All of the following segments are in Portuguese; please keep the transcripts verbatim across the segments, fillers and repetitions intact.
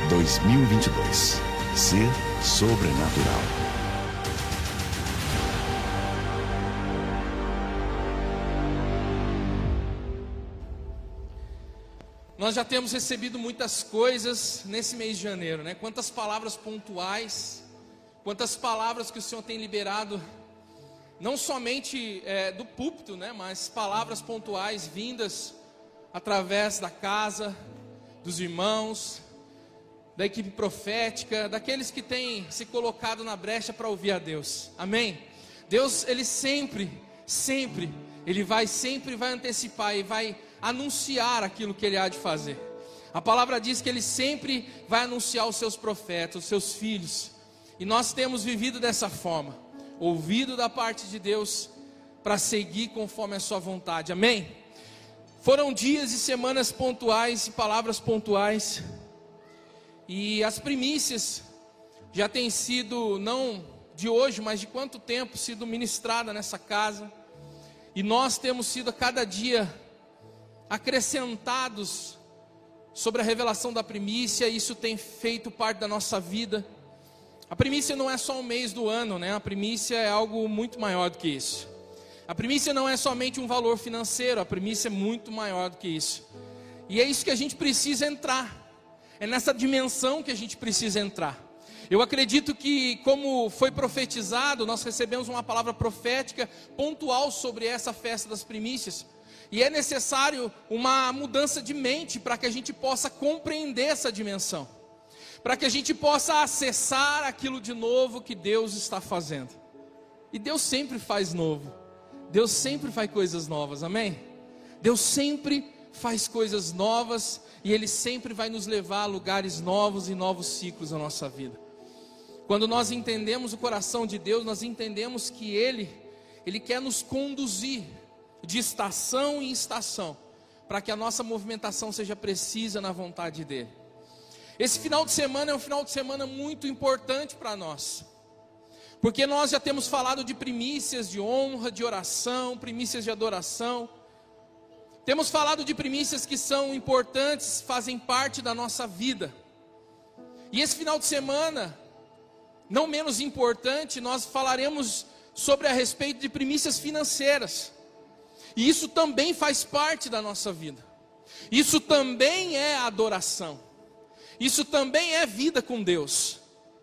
dois mil e vinte e dois. Ser sobrenatural. Nós já temos recebido muitas coisas nesse mês de janeiro, né? Quantas palavras pontuais, quantas palavras que o Senhor tem liberado, não somente é, do púlpito, né? Mas palavras pontuais vindas através da casa, dos irmãos, da equipe profética, daqueles que têm se colocado na brecha para ouvir a Deus. Amém? Deus, Ele sempre, sempre, Ele vai sempre vai antecipar e vai anunciar aquilo que Ele há de fazer. A palavra diz que Ele sempre vai anunciar os seus profetas, os seus filhos. E nós temos vivido dessa forma, ouvido da parte de Deus para seguir conforme a sua vontade. Amém? Foram dias e semanas pontuais e palavras pontuais. E as primícias já têm sido, não de hoje, mas de quanto tempo, sido ministrada nessa casa. E nós temos sido a cada dia acrescentados sobre a revelação da primícia. Isso tem feito parte da nossa vida. A primícia não é só um mês do ano, né? A primícia é algo muito maior do que isso. A primícia não é somente um valor financeiro, a primícia é muito maior do que isso. E é isso que a gente precisa entrar. É nessa dimensão que a gente precisa entrar. Eu acredito que, como foi profetizado, nós recebemos uma palavra profética pontual sobre essa festa das primícias. E é necessário uma mudança de mente para que a gente possa compreender essa dimensão. Para que a gente possa acessar aquilo de novo que Deus está fazendo. E Deus sempre faz novo. Deus sempre faz coisas novas, amém? Deus sempre faz coisas novas e Ele sempre vai nos levar a lugares novos e novos ciclos na nossa vida. Quando nós entendemos o coração de Deus, nós entendemos que Ele, Ele quer nos conduzir de estação em estação, para que a nossa movimentação seja precisa na vontade dEle. Esse final de semana é um final de semana muito importante para nós, porque nós já temos falado de primícias de honra, de oração, primícias de adoração. Temos falado de primícias que são importantes, fazem parte da nossa vida. E esse final de semana, não menos importante, nós falaremos sobre a respeito de primícias financeiras. E isso também faz parte da nossa vida. Isso também é adoração. Isso também é vida com Deus.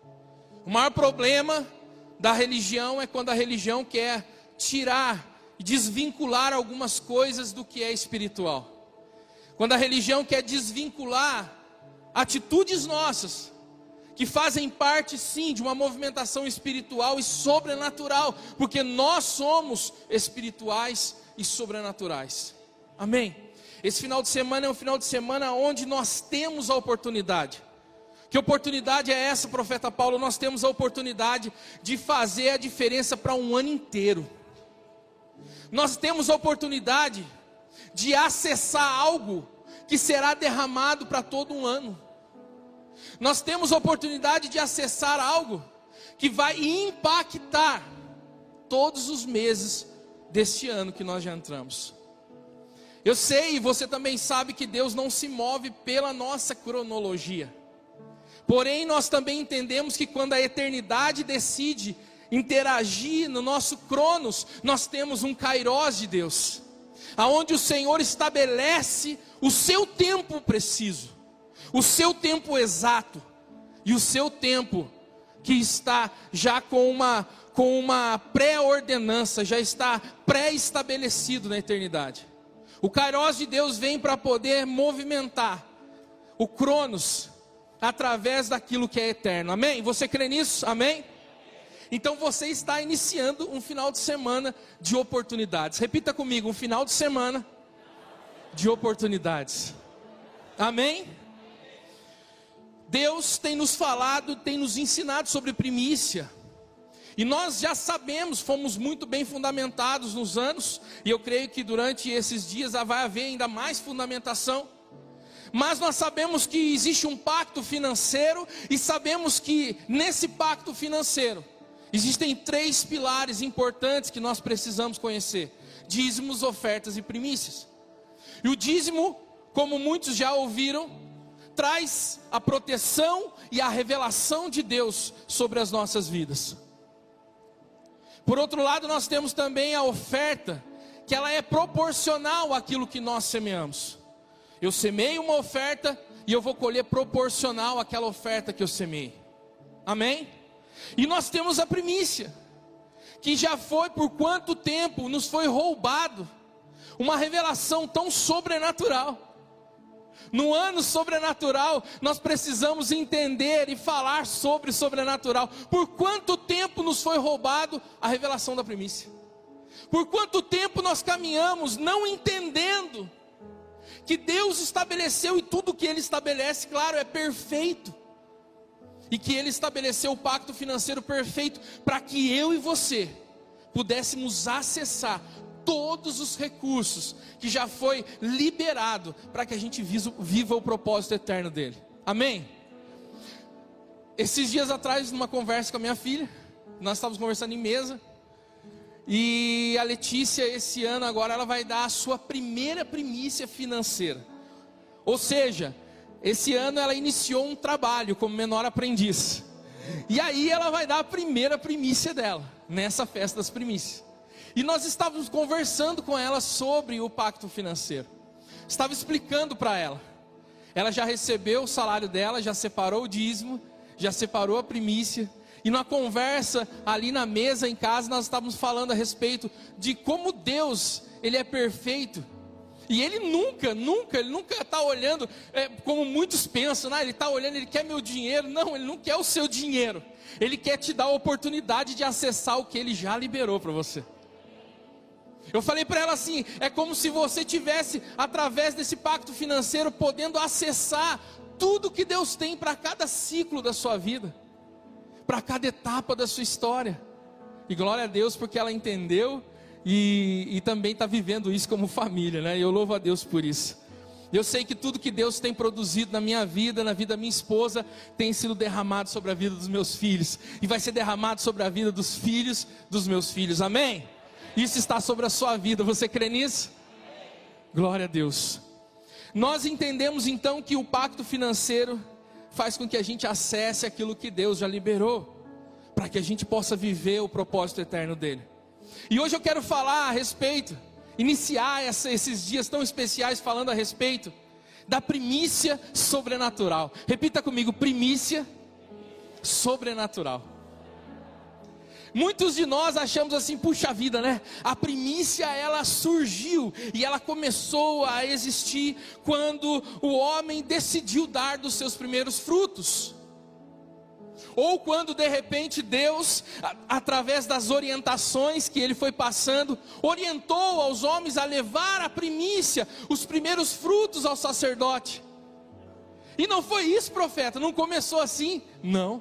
O maior problema da religião é quando a religião quer tirar e desvincular algumas coisas do que é espiritual. Quando a religião quer desvincular atitudes nossas, que fazem parte sim de uma movimentação espiritual e sobrenatural, porque nós somos espirituais e sobrenaturais. Amém? Esse final de semana é um final de semana onde nós temos a oportunidade. Que oportunidade é essa, profeta Paulo? Nós temos a oportunidade de fazer a diferença para um ano inteiro. Nós temos a oportunidade de acessar algo que será derramado para todo um ano. Nós temos a oportunidade de acessar algo que vai impactar todos os meses deste ano que nós já entramos. Eu sei, e você também sabe, que Deus não se move pela nossa cronologia. Porém, nós também entendemos que quando a eternidade decide interagir no nosso cronos, nós temos um kairós de Deus, aonde o Senhor estabelece o seu tempo preciso, o seu tempo exato, e o seu tempo que está já com uma, com uma pré-ordenança, já está pré-estabelecido na eternidade. O kairós de Deus vem para poder movimentar o cronos através daquilo que é eterno, amém? Você crê nisso? Amém? Então você está iniciando um final de semana de oportunidades. Repita comigo, um final de semana de oportunidades. Amém? Deus tem nos falado, tem nos ensinado sobre primícia. E nós já sabemos, fomos muito bem fundamentados nos anos. E eu creio que durante esses dias vai haver ainda mais fundamentação. Mas nós sabemos que existe um pacto financeiro. E sabemos que nesse pacto financeiro existem três pilares importantes que nós precisamos conhecer: dízimos, ofertas e primícias. E o dízimo, como muitos já ouviram, traz a proteção e a revelação de Deus sobre as nossas vidas. Por outro lado, nós temos também a oferta, que ela é proporcional àquilo que nós semeamos. Eu semeio uma oferta e eu vou colher proporcional àquela oferta que eu semeei. Amém? E nós temos a primícia, que já foi por quanto tempo nos foi roubado, uma revelação tão sobrenatural. No ano sobrenatural, nós precisamos entender e falar sobre sobrenatural. Por quanto tempo nos foi roubado a revelação da primícia? Por quanto tempo nós caminhamos não entendendo que Deus estabeleceu, e tudo que Ele estabelece, claro, é perfeito, e que Ele estabeleceu o pacto financeiro perfeito para que eu e você pudéssemos acessar todos os recursos que já foi liberado para que a gente viva o propósito eterno dele. Amém? Esses dias atrás, numa conversa com a minha filha, nós estávamos conversando em mesa, e a Letícia, esse ano agora, ela vai dar a sua primeira primícia financeira. Ou seja, esse ano ela iniciou um trabalho como menor aprendiz, e aí ela vai dar a primeira primícia dela, nessa festa das primícias. E nós estávamos conversando com ela sobre o pacto financeiro. Estava explicando para ela. Ela já recebeu o salário dela, já separou o dízimo, já separou a primícia. E na conversa ali na mesa em casa, nós estávamos falando a respeito de como Deus, Ele é perfeito. E Ele nunca, nunca, Ele nunca está olhando é, como muitos pensam, né? Ele está olhando, Ele quer meu dinheiro. Não, Ele não quer o seu dinheiro. Ele quer te dar a oportunidade de acessar o que Ele já liberou para você. Eu falei para ela assim, é como se você tivesse, através desse pacto financeiro, podendo acessar tudo que Deus tem para cada ciclo da sua vida, para cada etapa da sua história. E glória a Deus porque ela entendeu e, e também está vivendo isso como família, né? E eu louvo a Deus por isso. Eu sei que tudo que Deus tem produzido na minha vida, na vida da minha esposa, tem sido derramado sobre a vida dos meus filhos, e vai ser derramado sobre a vida dos filhos dos meus filhos, amém? Isso está sobre a sua vida, você crê nisso? Glória a Deus. Nós entendemos então que o pacto financeiro faz com que a gente acesse aquilo que Deus já liberou, para que a gente possa viver o propósito eterno dele. E hoje eu quero falar a respeito, iniciar essa, esses dias tão especiais falando a respeito da primícia sobrenatural. Repita comigo, primícia sobrenatural. Muitos de nós achamos assim, puxa vida, né? A primícia ela surgiu e ela começou a existir quando o homem decidiu dar dos seus primeiros frutos. Ou quando de repente Deus, a, através das orientações que Ele foi passando, orientou aos homens a levar a primícia, os primeiros frutos ao sacerdote. E não foi isso, profeta, não começou assim, não.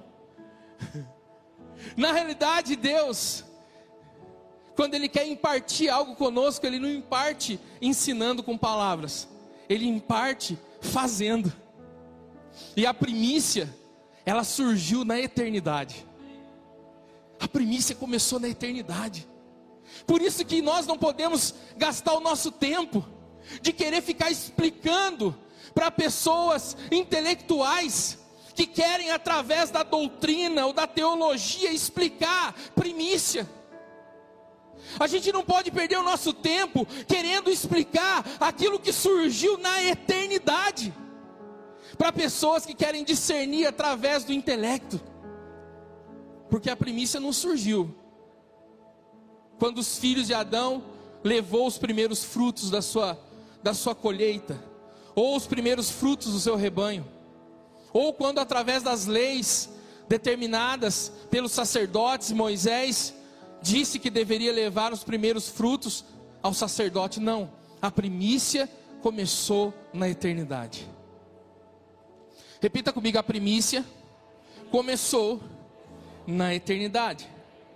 Na realidade, Deus, quando Ele quer impartir algo conosco, Ele não imparte ensinando com palavras, Ele imparte fazendo. E a primícia, ela surgiu na eternidade. A primícia começou na eternidade. Por isso que nós não podemos gastar o nosso tempo de querer ficar explicando para pessoas intelectuais que querem através da doutrina ou da teologia explicar primícia. A gente não pode perder o nosso tempo querendo explicar aquilo que surgiu na eternidade para pessoas que querem discernir através do intelecto. Porque a primícia não surgiu quando os filhos de Adão levou os primeiros frutos da sua, da sua colheita, ou os primeiros frutos do seu rebanho, ou quando através das leis determinadas pelos sacerdotes, Moisés disse que deveria levar os primeiros frutos ao sacerdote. Não, a primícia começou na eternidade. Repita comigo, a primícia começou na eternidade.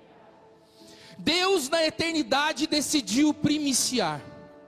Deus na eternidade decidiu primiciar.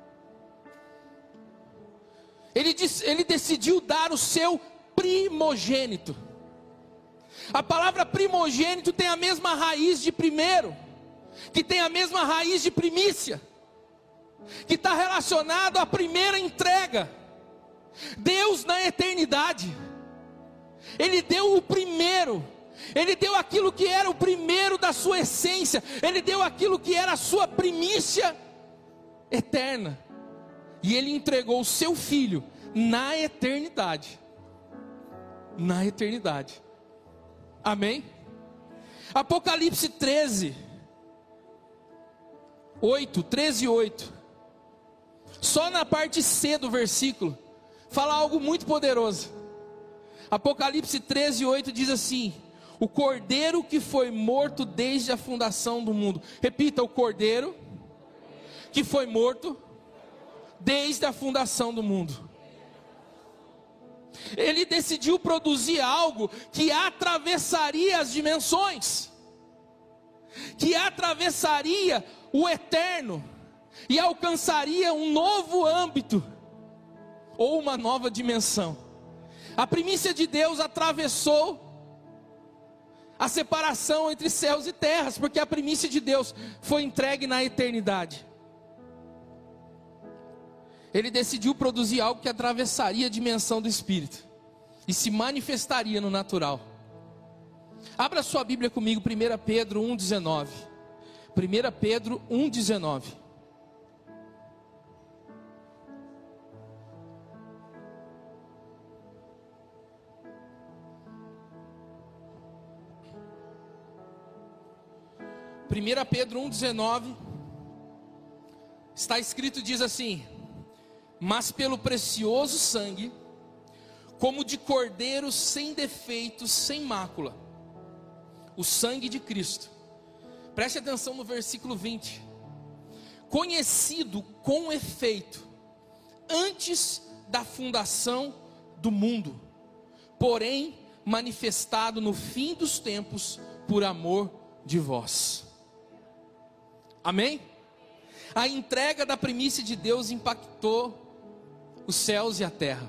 Ele, disse, ele decidiu dar o seu primogênito. A palavra primogênito tem a mesma raiz de primeiro, que tem a mesma raiz de primícia, que está relacionado à primeira entrega. Deus na eternidade, Ele deu o primeiro, Ele deu aquilo que era o primeiro da sua essência, Ele deu aquilo que era a sua primícia eterna, e Ele entregou o seu Filho na eternidade, na eternidade, amém? Apocalipse treze, oito, treze, oito, só na parte C do versículo, fala algo muito poderoso. Apocalipse treze, oito diz assim: o cordeiro que foi morto desde a fundação do mundo. Repita: o cordeiro que foi morto desde a fundação do mundo. Ele decidiu produzir algo que atravessaria as dimensões, que atravessaria o eterno e alcançaria um novo âmbito ou uma nova dimensão. A primícia de Deus atravessou a separação entre céus e terras, porque a primícia de Deus foi entregue na eternidade. Ele decidiu produzir algo que atravessaria a dimensão do Espírito e se manifestaria no natural. Abra sua Bíblia comigo, primeira Pedro um, dezenove. primeira Pedro um, dezenove. primeira Pedro um, dezenove. Está escrito, diz assim: mas pelo precioso sangue, como de cordeiro sem defeito, sem mácula, o sangue de Cristo. Preste atenção no versículo vinte. Conhecido com efeito, antes da fundação do mundo, porém manifestado no fim dos tempos, por amor de vós. Amém? A entrega da primícia de Deus impactou os céus e a terra.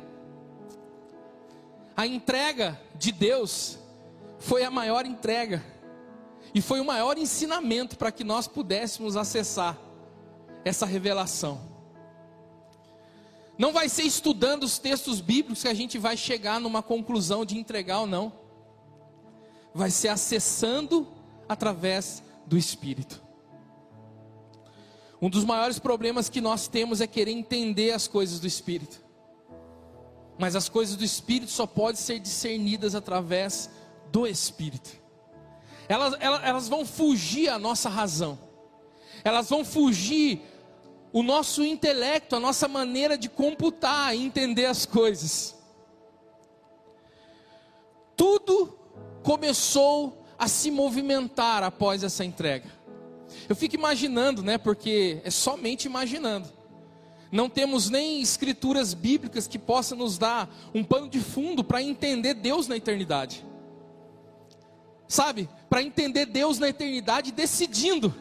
A entrega de Deus foi a maior entrega e foi o maior ensinamento para que nós pudéssemos acessar essa revelação. Não vai ser estudando os textos bíblicos que a gente vai chegar numa conclusão de entregar ou não. Vai ser acessando através do Espírito. Um dos maiores problemas que nós temos é querer entender as coisas do Espírito. Mas as coisas do Espírito só podem ser discernidas através do Espírito. Elas, elas, elas vão fugir à nossa razão. Elas vão fugir o nosso intelecto, a nossa maneira de computar e entender as coisas. Tudo começou a se movimentar após essa entrega. Eu fico imaginando, né, porque é somente imaginando. Não temos nem escrituras bíblicas que possam nos dar um pano de fundo para entender Deus na eternidade. Sabe, para entender Deus na eternidade decidindo.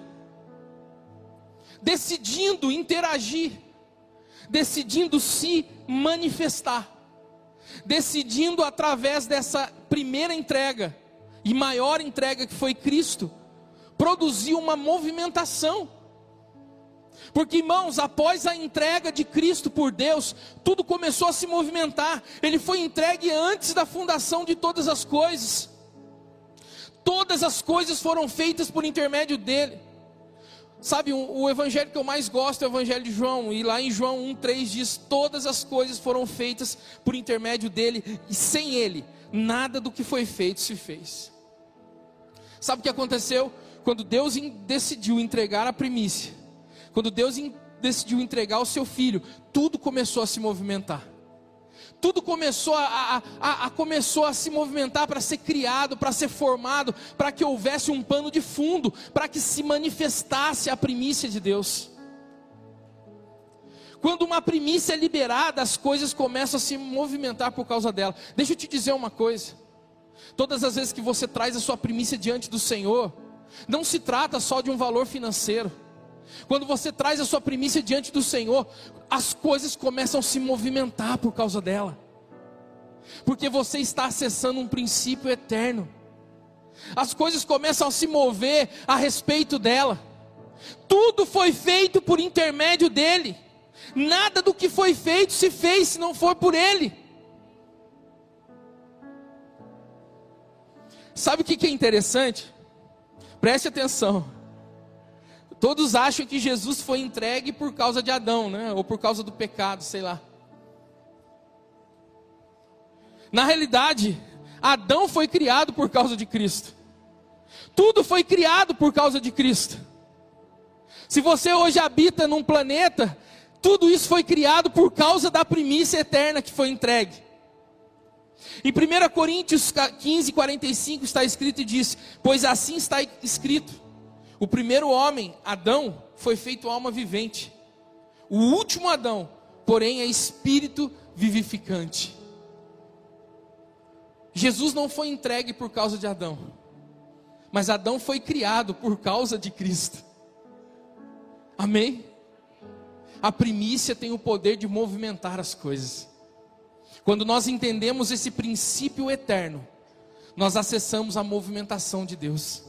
Decidindo interagir. Decidindo se manifestar. Decidindo através dessa primeira entrega e maior entrega que foi Cristo, produziu uma movimentação. Porque, irmãos, após a entrega de Cristo por Deus, tudo começou a se movimentar. Ele foi entregue antes da fundação de todas as coisas. Todas as coisas foram feitas por intermédio dele. Sabe, o, o evangelho que eu mais gosto é o evangelho de João. E lá em João um, três diz: todas as coisas foram feitas por intermédio dele, e sem ele, nada do que foi feito se fez. Sabe o que aconteceu? Quando Deus decidiu entregar a primícia, quando Deus decidiu entregar o seu filho, tudo começou a se movimentar. Tudo começou a, a, a, começou a se movimentar para ser criado, para ser formado, para que houvesse um pano de fundo, para que se manifestasse a primícia de Deus. Quando uma primícia é liberada, as coisas começam a se movimentar por causa dela. Deixa eu te dizer uma coisa: todas as vezes que você traz a sua primícia diante do Senhor, não se trata só de um valor financeiro. Quando você traz a sua primícia diante do Senhor, as coisas começam a se movimentar por causa dela. Porque você está acessando um princípio eterno. As coisas começam a se mover a respeito dela. Tudo foi feito por intermédio dele. Nada do que foi feito se fez se não for por Ele. Sabe o que é interessante? Preste atenção. Todos acham que Jesus foi entregue por causa de Adão, né? Ou por causa do pecado, sei lá. Na realidade, Adão foi criado por causa de Cristo. Tudo foi criado por causa de Cristo. Se você hoje habita num planeta, tudo isso foi criado por causa da primícia eterna que foi entregue. Em primeira Coríntios quinze, quarenta e cinco está escrito e diz: pois assim está escrito, o primeiro homem, Adão, foi feito alma vivente. O último Adão, porém, é espírito vivificante. Jesus não foi entregue por causa de Adão, mas Adão foi criado por causa de Cristo. Amém? A primícia tem o poder de movimentar as coisas. Quando nós entendemos esse princípio eterno, nós acessamos a movimentação de Deus.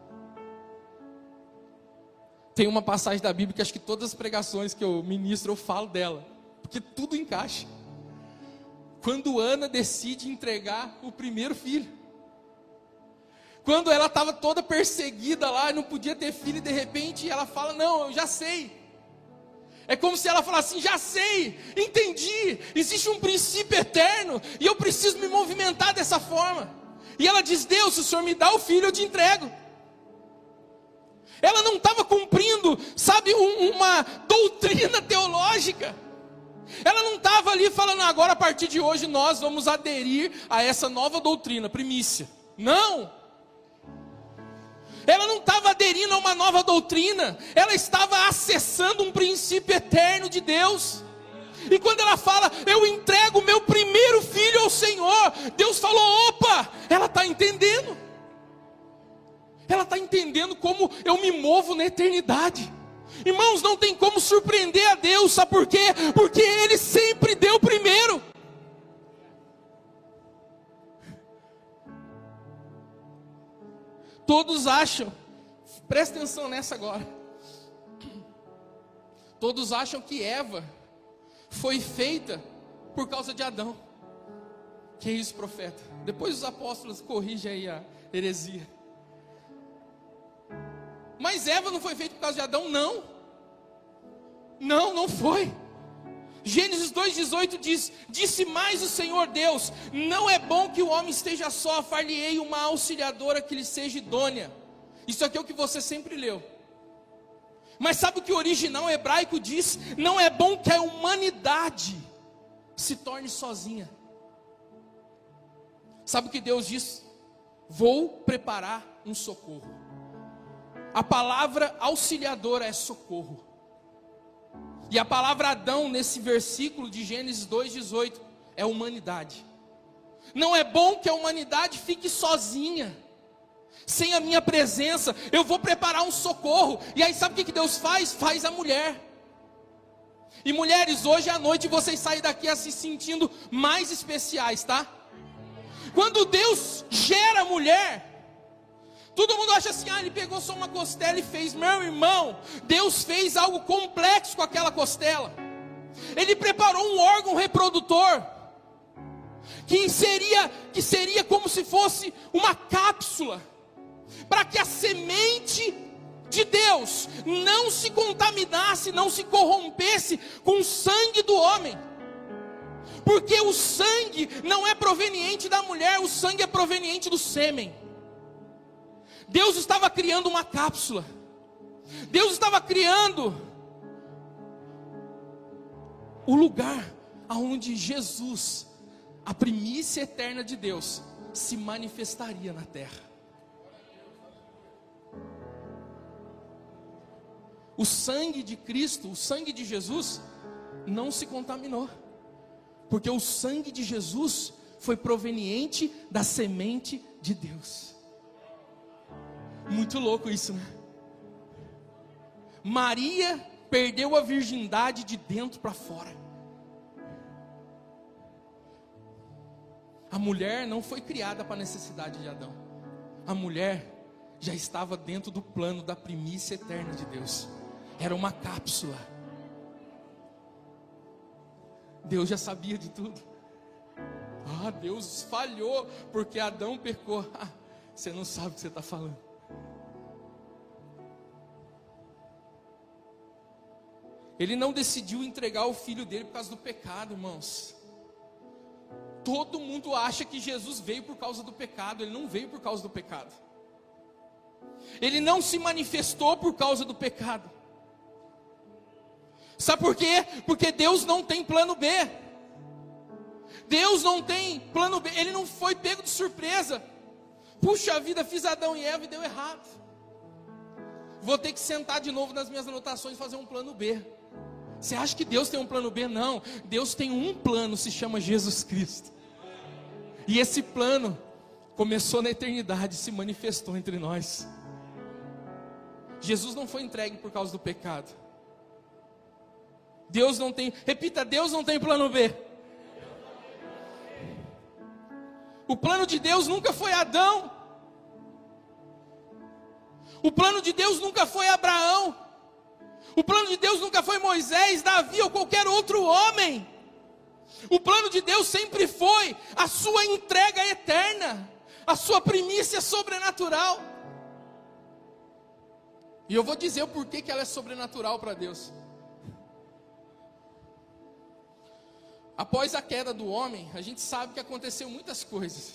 Tem uma passagem da Bíblia que acho que todas as pregações que eu ministro eu falo dela, porque tudo encaixa. Quando Ana decide entregar o primeiro filho, quando ela estava toda perseguida lá, não podia ter filho, e de repente ela fala: não, eu já sei. É como se ela falasse assim: já sei, entendi, existe um princípio eterno, e eu preciso me movimentar dessa forma. E ela diz: Deus, se o Senhor me dá o filho, eu te entrego. Ela não estava cumprindo, sabe, um, uma doutrina teológica. Ela não estava ali falando: agora a partir de hoje nós vamos aderir a essa nova doutrina, primícia. Não. Ela não estava aderindo a uma nova doutrina, ela estava acessando um princípio eterno de Deus. E quando ela fala: eu entrego o meu primeiro filho ao Senhor, Deus falou: opa, ela está entendendo. Ela está entendendo como eu me movo na eternidade. Irmãos, não tem como surpreender a Deus, sabe por quê? Porque Ele sempre deu primeiro. Todos acham, presta atenção nessa agora. Todos acham que Eva foi feita por causa de Adão. Que é isso, profeta? Depois os apóstolos corrigem aí a heresia. Mas Eva não foi feita por causa de Adão? Não. Não, não foi. Gênesis dois, dezoito diz: disse mais o Senhor Deus: não é bom que o homem esteja só, far-lhe-ei uma auxiliadora que lhe seja idônea. Isso aqui é o que você sempre leu. Mas sabe o que o original hebraico diz? Não é bom que a humanidade se torne sozinha. Sabe o que Deus diz? Vou preparar um socorro. A palavra auxiliadora é socorro. E a palavra Adão, nesse versículo de Gênesis dois, dezoito, é humanidade. Não é bom que a humanidade fique sozinha, sem a minha presença. Eu vou preparar um socorro. E aí sabe o que Deus faz? Faz a mulher. E mulheres, hoje à noite vocês saem daqui se sentindo mais especiais, tá? Quando Deus gera a mulher, todo mundo acha assim: ah, ele pegou só uma costela e fez. Meu irmão, Deus fez algo complexo com aquela costela. Ele preparou um órgão reprodutor, que seria, que seria como se fosse uma cápsula, para que a semente de Deus não se contaminasse, não se corrompesse com o sangue do homem. Porque o sangue não é proveniente da mulher, o sangue é proveniente do sêmen. Deus estava criando uma cápsula. Deus estava criando o lugar aonde Jesus, a primícia eterna de Deus, se manifestaria na terra. O sangue de Cristo, o sangue de Jesus, não se contaminou, porque o sangue de Jesus foi proveniente da semente de Deus. Muito louco isso, né? Maria perdeu a virgindade de dentro para fora. A mulher não foi criada para a necessidade de Adão. A mulher já estava dentro do plano da primícia eterna de Deus. Era uma cápsula. Deus já sabia de tudo. Ah, Deus falhou porque Adão pecou. Ah, você não sabe o que você está falando. Ele não decidiu entregar o filho dele por causa do pecado, irmãos. Todo mundo acha que Jesus veio por causa do pecado. Ele não veio por causa do pecado. Ele não se manifestou por causa do pecado. Sabe por quê? Porque Deus não tem plano B. Deus não tem plano B. Ele não foi pego de surpresa. Puxa vida, fiz Adão e Eva e deu errado. Vou ter que sentar de novo nas minhas anotações e fazer um plano B. Você acha que Deus tem um plano B? Não. Deus tem um plano, se chama Jesus Cristo. E esse plano começou na eternidade, se manifestou entre nós. Jesus não foi entregue por causa do pecado. Deus não tem, repita, Deus não tem plano B. O plano de Deus nunca foi Adão. O plano de Deus nunca foi Abraão. O plano de Deus nunca foi Moisés, Davi ou qualquer outro homem. O plano de Deus sempre foi a sua entrega eterna, a sua primícia sobrenatural. E eu vou dizer o porquê que ela é sobrenatural para Deus. Após a queda do homem, a gente sabe que aconteceu muitas coisas.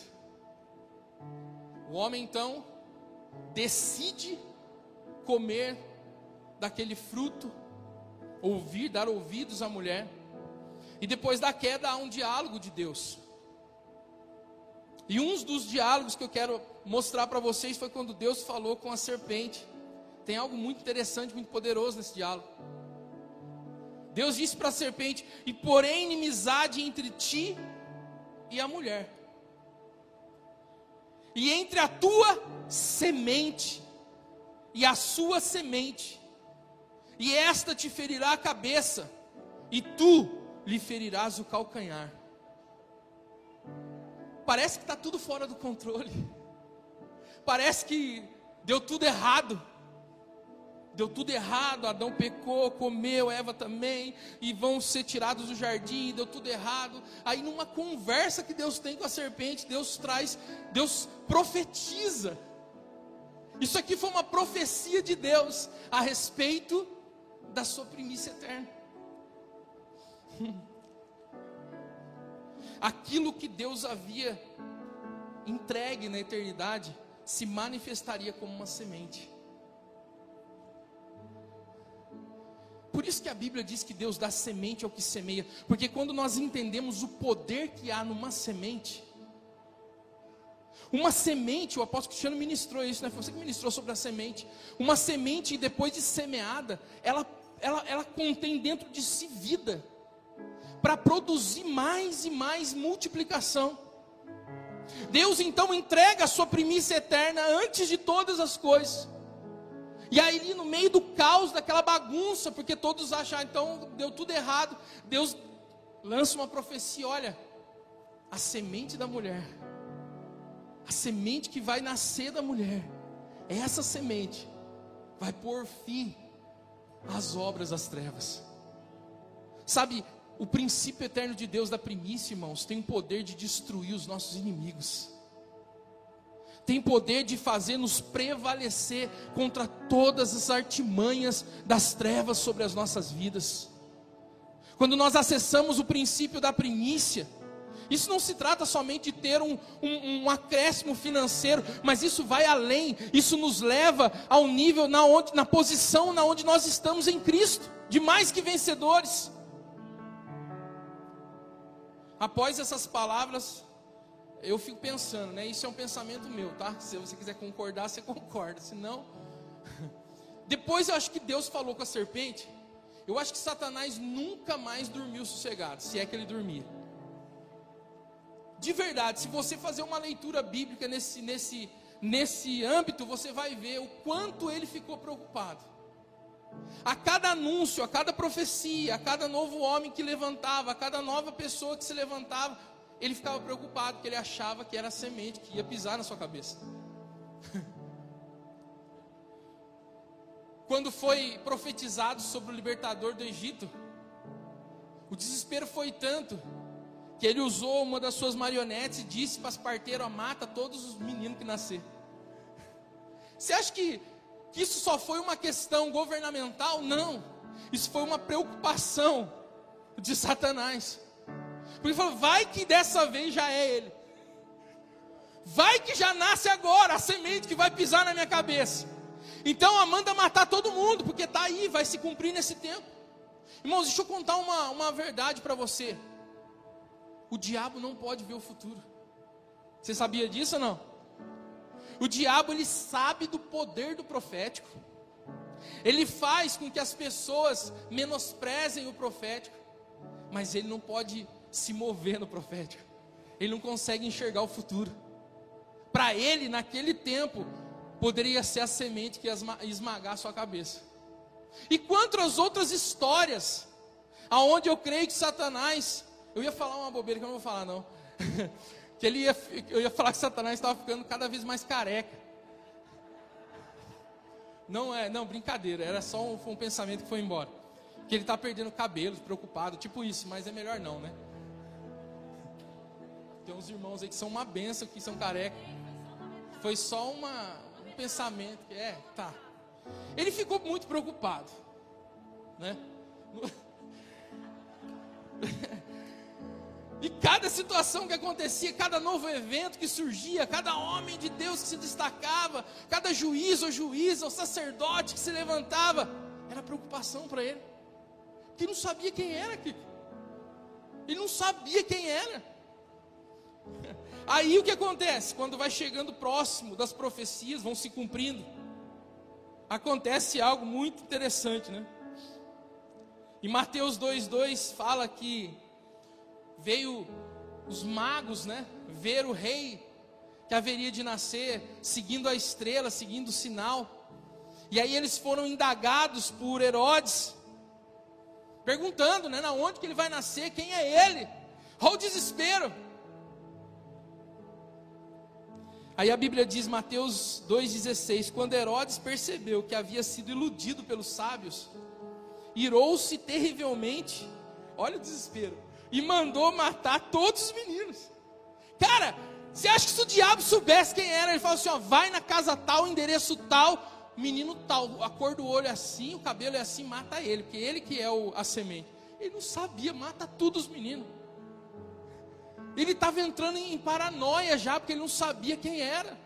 O homem então decide comer daquele fruto, ouvir, dar ouvidos à mulher. E depois da queda há um diálogo de Deus. E um dos diálogos que eu quero mostrar para vocês foi quando Deus falou com a serpente. Tem algo muito interessante, muito poderoso nesse diálogo. Deus disse para a serpente: e porém inimizade entre ti e a mulher, e entre a tua semente e a sua semente, e esta te ferirá a cabeça, e tu lhe ferirás o calcanhar. Parece que está tudo fora do controle. Parece que deu tudo errado. Deu tudo errado, Adão pecou, comeu, Eva também, e vão ser tirados do jardim, deu tudo errado. Aí numa conversa que Deus tem com a serpente, Deus traz, Deus profetiza. Isso aqui foi uma profecia de Deus a respeito da sua primícia eterna. Aquilo que Deus havia entregue na eternidade se manifestaria como uma semente. Por isso que a Bíblia diz que Deus dá semente ao que semeia. Porque quando nós entendemos o poder que há numa semente, uma semente, o apóstolo Cristiano ministrou isso, né? Foi você que ministrou sobre a semente. Uma semente, depois de semeada, ela, ela, ela contém dentro de si vida, para produzir mais e mais multiplicação. Deus então entrega a sua primícia eterna antes de todas as coisas. E aí no meio do caos, daquela bagunça, porque todos acham, ah, então deu tudo errado, Deus lança uma profecia: olha, a semente da mulher, a semente que vai nascer da mulher, essa semente vai pôr fim às obras das trevas. Sabe, o princípio eterno de Deus da primícia, irmãos, tem o poder de destruir os nossos inimigos. Tem poder de fazer-nos prevalecer contra todas as artimanhas das trevas sobre as nossas vidas. Quando nós acessamos o princípio da primícia, isso não se trata somente de ter um, um, um acréscimo financeiro, mas isso vai além. Isso nos leva ao nível, na, onde, na posição na onde nós estamos em Cristo, de mais que vencedores. Após essas palavras, eu fico pensando, né? Isso é um pensamento meu, tá? Se você quiser concordar, você concorda. Se não, depois eu acho que Deus falou com a serpente. Eu acho que Satanás nunca mais dormiu sossegado, se é que ele dormia. De verdade, se você fazer uma leitura bíblica nesse, nesse, nesse âmbito, você vai ver o quanto ele ficou preocupado. A cada anúncio, a cada profecia, a cada novo homem que levantava, a cada nova pessoa que se levantava, ele ficava preocupado, porque ele achava que era a semente que ia pisar na sua cabeça. Quando foi profetizado sobre o libertador do Egito, O desespero foi tanto que ele usou uma das suas marionetes e disse para as parteiras: mata todos os meninos que nascer. Você acha que, que isso só foi uma questão governamental? Não, isso foi uma preocupação de Satanás. Porque ele falou: vai que dessa vez já é ele, vai que já nasce agora a semente que vai pisar na minha cabeça. Então manda matar todo mundo, porque está aí, vai se cumprir nesse tempo. Irmãos, deixa eu contar uma, uma verdade para você. O diabo não pode ver o futuro. Você sabia disso ou não? O diabo, ele sabe do poder do profético. Ele faz com que as pessoas menosprezem o profético, mas ele não pode se mover no profético. Ele não consegue enxergar o futuro. Para ele, naquele tempo, poderia ser a semente que ia esmagar a sua cabeça. E quanto às outras histórias, aonde eu creio que Satanás, eu ia falar uma bobeira que eu não vou falar não, que ele ia, eu ia falar que Satanás estava ficando cada vez mais careca. Não é, não, brincadeira, era só um, um pensamento que foi embora. Que ele está perdendo cabelo, preocupado, tipo isso, mas é melhor não, né? Tem uns irmãos aí que são uma benção, que são careca. Foi só uma, um pensamento, é, tá. Ele ficou muito preocupado, né? E cada situação que acontecia, cada novo evento que surgia, cada homem de Deus que se destacava, cada juiz ou juíza ou sacerdote que se levantava, era preocupação para ele. Porque ele não sabia quem era, Kiko. Ele não sabia quem era. Aí o que acontece? Quando vai chegando próximo das profecias, vão se cumprindo, acontece algo muito interessante, né? Em Mateus dois, dois fala que veio os magos, né, ver o rei que haveria de nascer, seguindo a estrela, seguindo o sinal. E aí eles foram indagados por Herodes, perguntando, né, na onde que ele vai nascer, quem é ele? Olha o desespero. Aí a Bíblia diz, Mateus dois, dezesseis, quando Herodes percebeu que havia sido iludido pelos sábios, irou-se terrivelmente, olha o desespero, e mandou matar todos os meninos. Cara, você acha que se o diabo soubesse quem era, ele fala assim, ó, vai na casa tal, endereço tal, menino tal, a cor do olho é assim, o cabelo é assim, mata ele, porque ele que é o, a semente. Ele não sabia, mata todos os meninos. Ele estava entrando em paranoia já, porque ele não sabia quem era.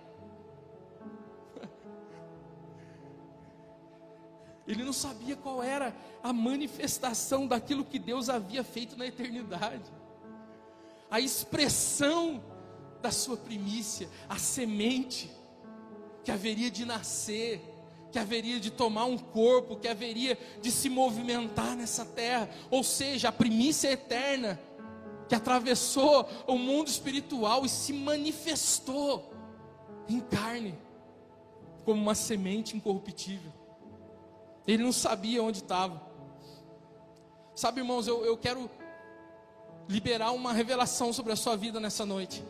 Ele não sabia qual era a manifestação daquilo que Deus havia feito na eternidade. A expressão da sua primícia, a semente que haveria de nascer, que haveria de tomar um corpo, que haveria de se movimentar nessa terra. Ou seja, a primícia eterna que atravessou o mundo espiritual e se manifestou em carne, como uma semente incorruptível. Ele não sabia onde estava. Sabe, irmãos, eu, eu quero liberar uma revelação sobre a sua vida nessa noite.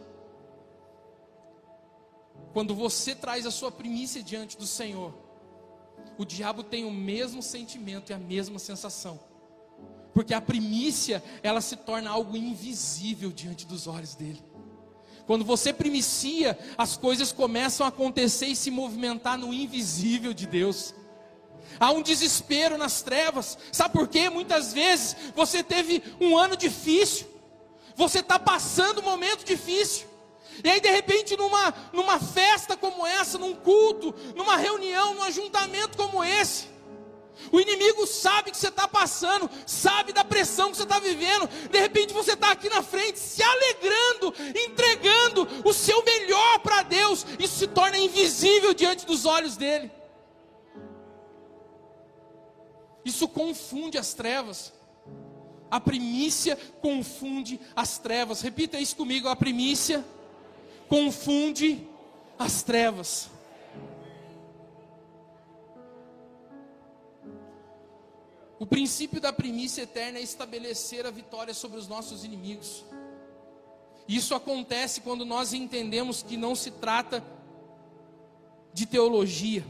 Quando você traz a sua primícia diante do Senhor, o diabo tem o mesmo sentimento e a mesma sensação. Porque a primícia, ela se torna algo invisível diante dos olhos dele. Quando você primicia, as coisas começam a acontecer e se movimentar no invisível de Deus. Há um desespero nas trevas. Sabe por quê? Muitas vezes você teve um ano difícil, você está passando um momento difícil, e aí de repente numa, numa festa como essa, num culto, numa reunião, num ajuntamento como esse, o inimigo sabe que você está passando, sabe da pressão que você está vivendo. De repente você está aqui na frente, se alegrando, entregando o seu melhor para Deus. Isso se torna invisível diante dos olhos dele. Isso confunde as trevas. A primícia confunde as trevas. Repita isso comigo: a primícia confunde as trevas. O princípio da primícia eterna é estabelecer a vitória sobre os nossos inimigos. Isso acontece quando nós entendemos que não se trata de teologia.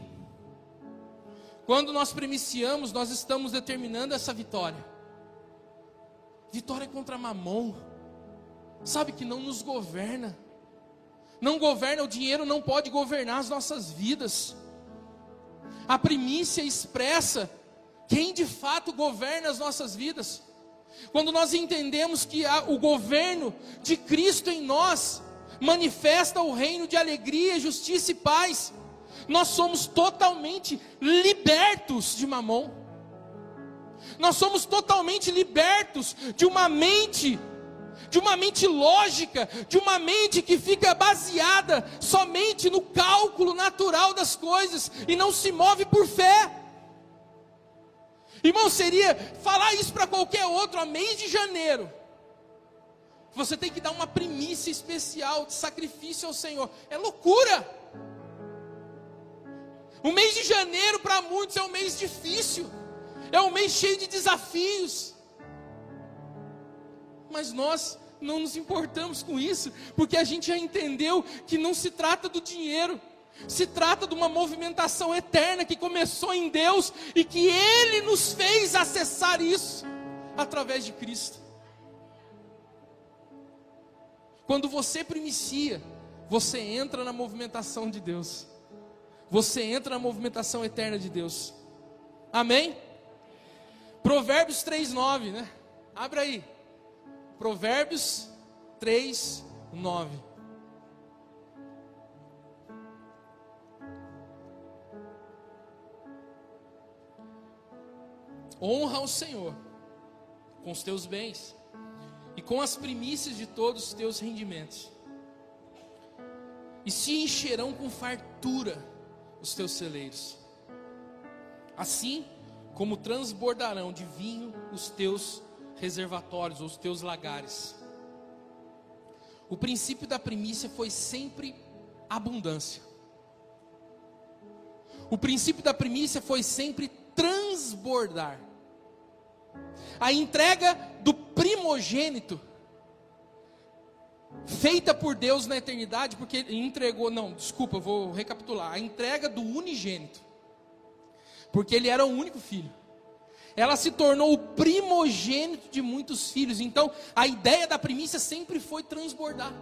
Quando nós primiciamos, nós estamos determinando essa vitória. Vitória contra Mamon. Sabe que não nos governa. Não governa, o dinheiro não pode governar as nossas vidas. A primícia expressa quem de fato governa as nossas vidas. Quando nós entendemos que a, o governo de Cristo em nós manifesta o reino de alegria, justiça e paz, nós somos totalmente libertos de Mamon. Nós somos totalmente libertos de uma mente, de uma mente lógica, de uma mente que fica baseada somente no cálculo natural das coisas e não se move por fé. Irmão, seria falar isso para qualquer outro, a mês de janeiro, você tem que dar uma primícia especial de sacrifício ao Senhor. É loucura. O mês de janeiro para muitos é um mês difícil, é um mês cheio de desafios. Mas nós não nos importamos com isso, porque a gente já entendeu que não se trata do dinheiro, se trata de uma movimentação eterna que começou em Deus e que Ele nos fez acessar isso através de Cristo. Quando você primicia, você entra na movimentação de Deus, você entra na movimentação eterna de Deus. Amém? Provérbios três, nove, né? Abra aí. Provérbios três, nove. Honra o Senhor com os teus bens e com as primícias de todos os teus rendimentos, e se encherão com fartura os teus celeiros, assim como transbordarão de vinho os teus reservatórios, ou os teus lagares. O princípio da primícia foi sempre abundância. O princípio da primícia foi sempre transbordar. A entrega do primogênito, feita por Deus na eternidade, porque Ele entregou, não, desculpa, eu vou recapitular. A entrega do unigênito, porque Ele era o único filho. Ela se tornou o primogênito de muitos filhos. Então, a ideia da primícia sempre foi transbordar.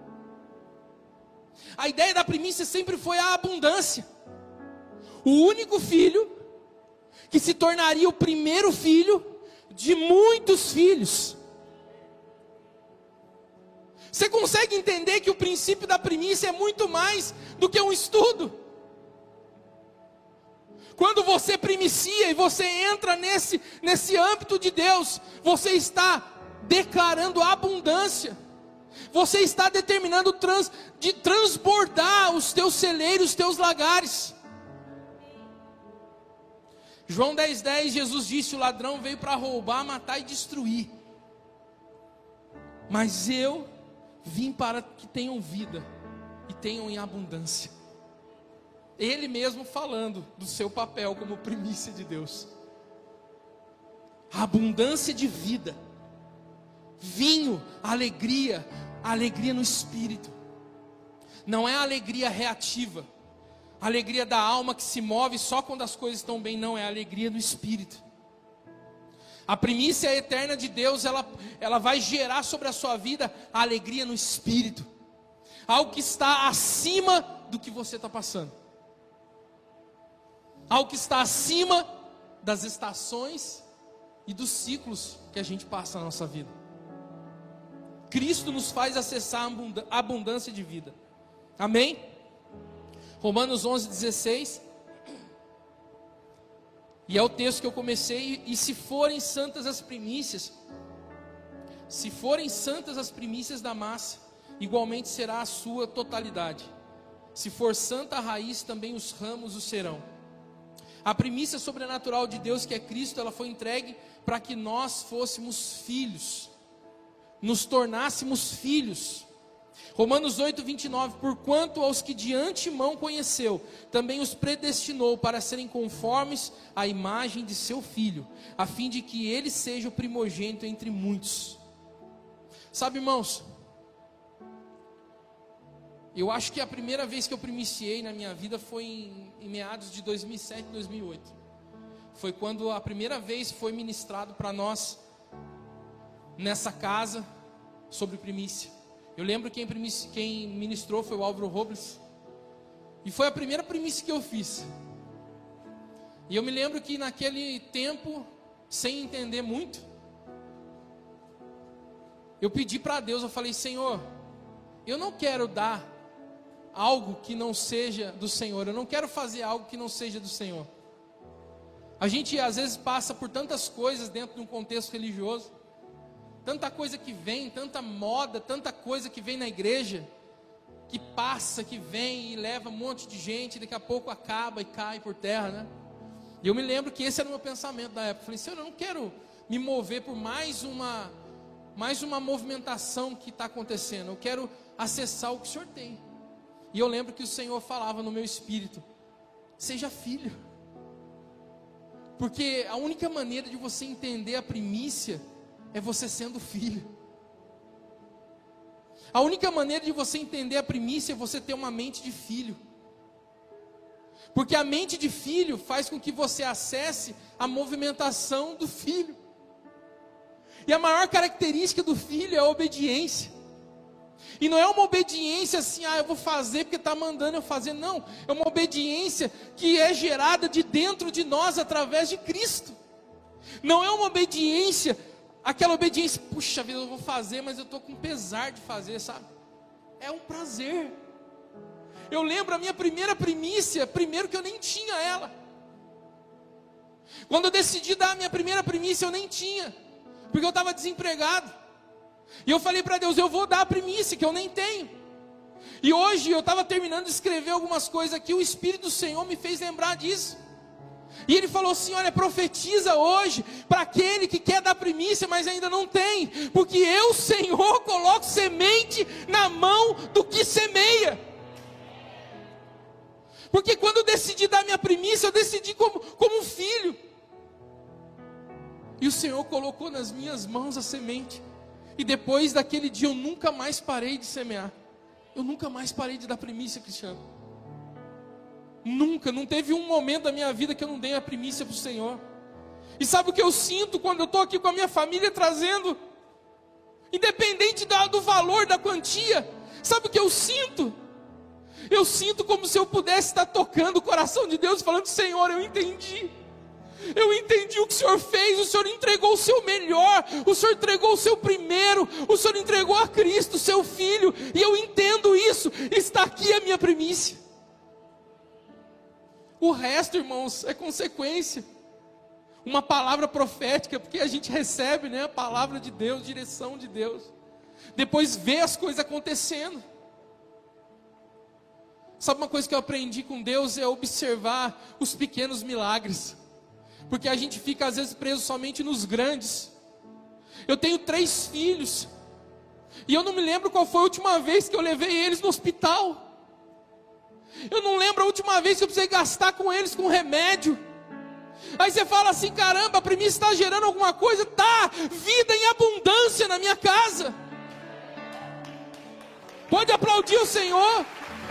A ideia da primícia sempre foi a abundância. O único filho que se tornaria o primeiro filho de muitos filhos. Você consegue entender que o princípio da primícia é muito mais do que um estudo? Quando você primicia e você entra nesse, nesse âmbito de Deus, você está declarando abundância. Você está determinando trans, de transbordar os teus celeiros, os teus lagares. João dez, dez, Jesus disse: o ladrão veio para roubar, matar e destruir, mas eu vim para que tenham vida e tenham em abundância. Ele mesmo falando do seu papel como primícia de Deus. A abundância de vida, vinho, alegria, alegria no espírito. Não é a alegria reativa, a alegria da alma que se move só quando as coisas estão bem. Não, é a alegria do espírito. A primícia eterna de Deus, ela, ela vai gerar sobre a sua vida a alegria no espírito, algo que está acima do que você está passando, algo que está acima das estações e dos ciclos que a gente passa na nossa vida. Cristo nos faz acessar a abundância de vida. Amém? Romanos onze, dezesseis. E é o texto que eu comecei. E se forem santas as primícias, se forem santas as primícias da massa, igualmente será a sua totalidade. Se for santa a raiz, também os ramos o serão. A primícia sobrenatural de Deus, que é Cristo, ela foi entregue para que nós fôssemos filhos, nos tornássemos filhos. Romanos oito, vinte e nove. Porquanto aos que de antemão conheceu, também os predestinou para serem conformes à imagem de seu Filho, a fim de que ele seja o primogênito entre muitos. Sabe, irmãos, eu acho que a primeira vez que eu primiciei na minha vida foi em, em meados de dois mil e sete, dois mil e oito. Foi quando a primeira vez foi ministrado para nós nessa casa sobre primícia. Eu lembro quem, primícia, quem ministrou foi o Álvaro Robles. E foi a primeira primícia que eu fiz. E eu me lembro que naquele tempo, sem entender muito, eu pedi para Deus, eu falei: Senhor, eu não quero dar algo que não seja do Senhor. Eu não quero fazer algo que não seja do Senhor. A gente às vezes passa por tantas coisas dentro de um contexto religioso. Tanta coisa que vem, tanta moda, tanta coisa que vem na igreja, que passa, que vem e leva um monte de gente, daqui a pouco acaba e cai por terra, né? E eu me lembro que esse era o meu pensamento da época. Eu falei: Senhor, eu não quero me mover por mais uma, mais uma movimentação que está acontecendo. Eu quero acessar o que o Senhor tem. E eu lembro que o Senhor falava no meu espírito: seja filho. Porque a única maneira de você entender a primícia é você sendo filho. A única maneira de você entender a primícia é você ter uma mente de filho. Porque a mente de filho faz com que você acesse a movimentação do filho. E a maior característica do filho é a obediência. E não é uma obediência assim: ah, eu vou fazer porque está mandando eu fazer. Não, é uma obediência que é gerada de dentro de nós através de Cristo. Não é uma obediência, aquela obediência: puxa vida, eu vou fazer, mas eu estou com pesar de fazer, sabe? É um prazer. Eu lembro a minha primeira primícia, primeiro que eu nem tinha ela. Quando eu decidi dar a minha primeira primícia, eu nem tinha, porque eu estava desempregado. E eu falei para Deus: eu vou dar a primícia, que eu nem tenho. E hoje eu estava terminando de escrever algumas coisas aqui, o Espírito do Senhor me fez lembrar disso. E Ele falou assim: olha, profetiza hoje para aquele que quer dar primícia, mas ainda não tem. Porque eu, Senhor, coloco semente na mão do que semeia. Porque quando eu decidi dar minha primícia, eu decidi como, como um filho. E o Senhor colocou nas minhas mãos a semente. E depois daquele dia eu nunca mais parei de semear. Eu nunca mais parei de dar primícia, Cristiano. Nunca, não teve um momento da minha vida que eu não dei a primícia para o Senhor. E sabe o que eu sinto quando eu estou aqui com a minha família trazendo? Independente do, do valor da quantia, sabe o que eu sinto? Eu sinto como se eu pudesse estar tocando o coração de Deus, falando: Senhor, eu entendi. Eu entendi o que o Senhor fez. O Senhor entregou o seu melhor. O Senhor entregou o seu primeiro. O Senhor entregou a Cristo, seu Filho. E eu entendo isso. Está aqui a minha primícia. O resto, irmãos, é consequência. Uma palavra profética, porque a gente recebe, né, a palavra de Deus, direção de Deus. Depois vê as coisas acontecendo. Sabe uma coisa que eu aprendi com Deus? É observar os pequenos milagres. Porque a gente fica às vezes preso somente nos grandes. Eu tenho três filhos. E eu não me lembro qual foi a última vez que eu levei eles no hospital. Eu não lembro a última vez que eu precisei gastar com eles com remédio. Aí você fala assim: caramba, a primícia está gerando alguma coisa? Tá, vida em abundância na minha casa. Pode aplaudir o Senhor.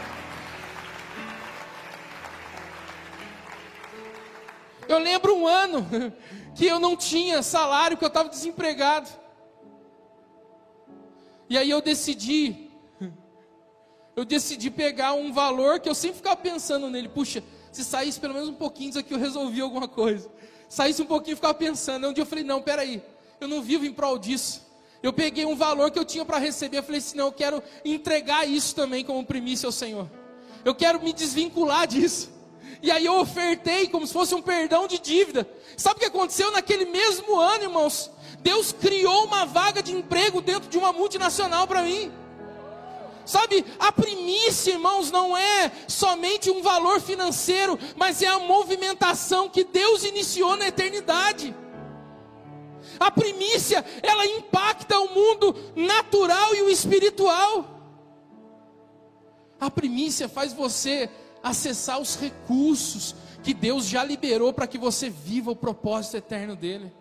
Eu lembro um ano que eu não tinha salário, que eu estava desempregado. E aí eu decidi, eu decidi pegar um valor que eu sempre ficava pensando nele. Puxa, se saísse pelo menos um pouquinho disso aqui, eu resolvia alguma coisa. Saísse um pouquinho, eu ficava pensando. Um dia eu falei: não, peraí, eu não vivo em prol disso. Eu peguei um valor que eu tinha para receber, eu falei assim: não, eu quero entregar isso também como primícia ao Senhor. Eu quero me desvincular disso. E aí eu ofertei como se fosse um perdão de dívida. Sabe o que aconteceu naquele mesmo ano, irmãos? Deus criou uma vaga de emprego dentro de uma multinacional para mim. Sabe, a primícia, irmãos, não é somente um valor financeiro, mas é a movimentação que Deus iniciou na eternidade. A primícia, ela impacta o mundo natural e o espiritual. A primícia faz você acessar os recursos que Deus já liberou para que você viva o propósito eterno dele.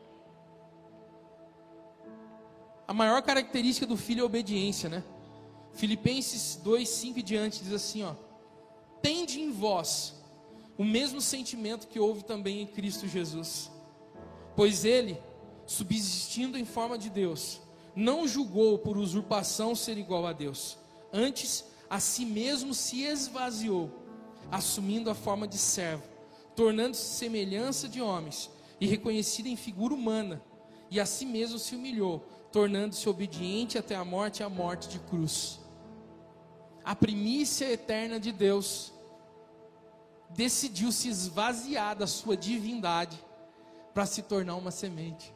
A maior característica do filho é a obediência, né? Filipenses dois, cinco e diante diz assim, ó: tende em vós o mesmo sentimento que houve também em Cristo Jesus, pois ele, subsistindo em forma de Deus, não julgou por usurpação ser igual a Deus. Antes, a si mesmo se esvaziou, assumindo a forma de servo, tornando-se semelhança de homens, e reconhecido em figura humana, e a si mesmo se humilhou, tornando-se obediente até a morte e a morte de cruz. A primícia eterna de Deus decidiu se esvaziar da sua divindade para se tornar uma semente.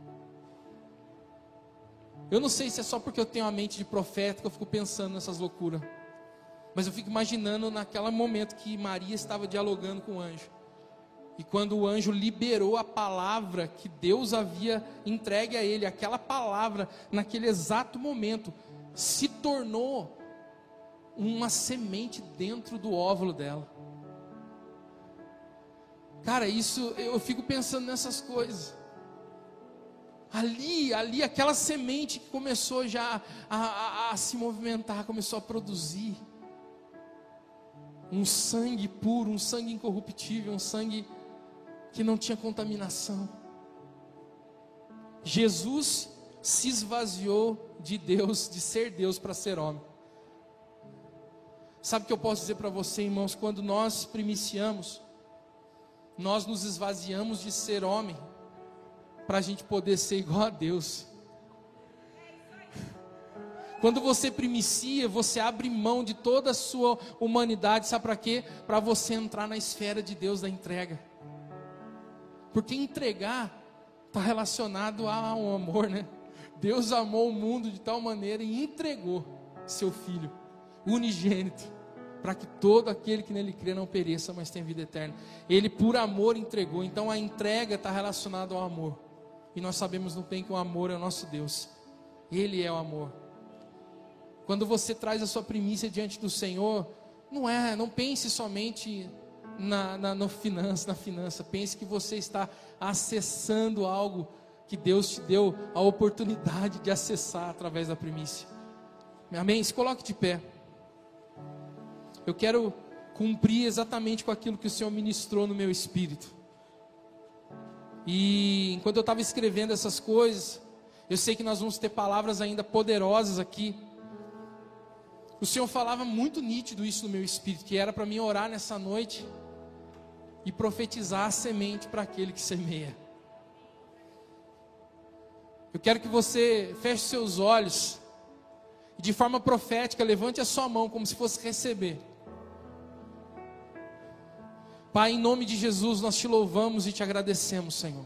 Eu não sei se é só porque eu tenho a mente de profeta que eu fico pensando nessas loucuras, mas eu fico imaginando naquele momento que Maria estava dialogando com o anjo, e quando o anjo liberou a palavra que Deus havia entregue a ele, aquela palavra naquele exato momento se tornou uma semente dentro do óvulo dela. Cara, isso, eu fico pensando nessas coisas. Ali, ali, aquela semente que começou já a, a, a se movimentar, começou a produzir um sangue puro, um sangue incorruptível, um sangue que não tinha contaminação. Jesus se esvaziou de Deus, de ser Deus para ser homem. Sabe o que eu posso dizer para você, irmãos? Quando nós primiciamos, nós nos esvaziamos de ser homem, para a gente poder ser igual a Deus. Quando você primicia, você abre mão de toda a sua humanidade, sabe para quê? Para você entrar na esfera de Deus da entrega. Porque entregar está relacionado ao amor, né? Deus amou o mundo de tal maneira e entregou seu Filho unigênito, para que todo aquele que nele crê não pereça, mas tenha vida eterna. Ele por amor entregou. Então a entrega está relacionada ao amor. E nós sabemos no bem que o amor é o nosso Deus. Ele é o amor. Quando você traz a sua primícia diante do Senhor, não é, não pense somente na, na, no finança, na finança. Pense que você está acessando algo que Deus te deu a oportunidade de acessar através da primícia. Amém? Se coloque de pé. Eu quero cumprir exatamente com aquilo que o Senhor ministrou no meu espírito. E enquanto eu estava escrevendo essas coisas, eu sei que nós vamos ter palavras ainda poderosas aqui. O Senhor falava muito nítido isso no meu espírito, que era para mim orar nessa noite e profetizar a semente para aquele que semeia. Eu quero que você feche seus olhos e de forma profética levante a sua mão como se fosse receber. Pai, em nome de Jesus, nós te louvamos e te agradecemos, Senhor.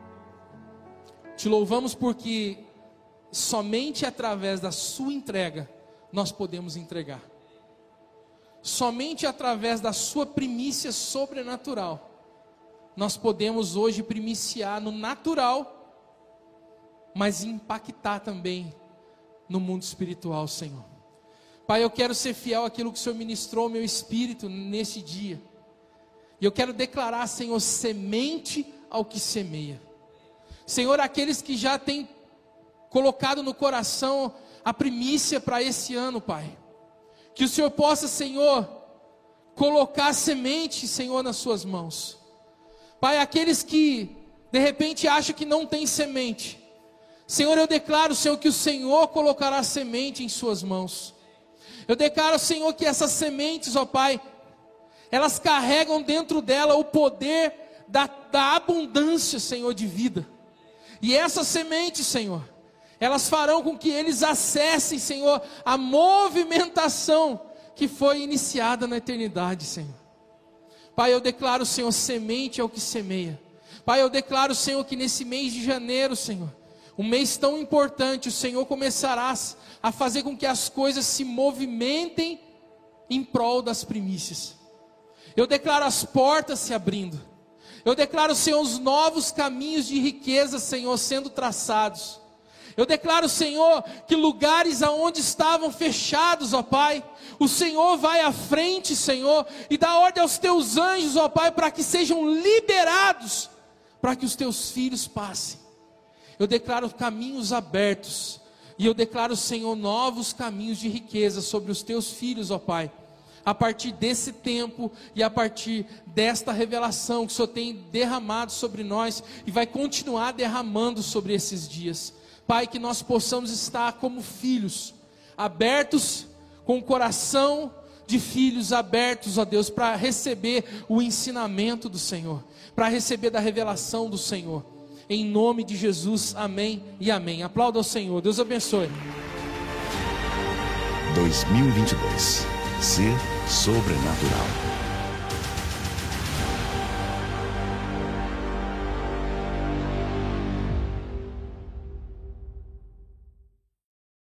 Te louvamos porque somente através da sua entrega nós podemos entregar. Somente através da sua primícia sobrenatural nós podemos hoje primiciar no natural, mas impactar também no mundo espiritual, Senhor. Pai, eu quero ser fiel àquilo que o Senhor ministrou ao meu espírito nesse dia. E eu quero declarar, Senhor, semente ao que semeia. Senhor, aqueles que já têm colocado no coração a primícia para esse ano, Pai. Que o Senhor possa, Senhor, colocar semente, Senhor, nas suas mãos. Pai, aqueles que de repente acham que não tem semente. Senhor, eu declaro, Senhor, que o Senhor colocará semente em suas mãos. Eu declaro, Senhor, que essas sementes, ó Pai, elas carregam dentro dela o poder da, da abundância, Senhor, de vida. E essas sementes, Senhor, elas farão com que eles acessem, Senhor, a movimentação que foi iniciada na eternidade, Senhor. Pai, eu declaro, Senhor, semente é o que semeia. Pai, eu declaro, Senhor, que nesse mês de janeiro, Senhor, um mês tão importante, o Senhor começará a fazer com que as coisas se movimentem em prol das primícias. Eu declaro as portas se abrindo. Eu declaro, Senhor, os novos caminhos de riqueza, Senhor, sendo traçados. Eu declaro, Senhor, que lugares aonde estavam fechados, ó Pai, o Senhor vai à frente, Senhor, e dá ordem aos teus anjos, ó Pai, para que sejam liberados, para que os teus filhos passem. Eu declaro caminhos abertos, e eu declaro, Senhor, novos caminhos de riqueza sobre os teus filhos, ó Pai. a partir desse tempo e a partir desta revelação que o Senhor tem derramado sobre nós e vai continuar derramando sobre esses dias. Pai, que nós possamos estar como filhos, abertos, com o coração de filhos abertos, ó Deus, para receber o ensinamento do Senhor, para receber da revelação do Senhor. Em nome de Jesus, amém e amém. Aplauda ao Senhor, Deus abençoe. dois mil e vinte e dois, Ser Sobrenatural.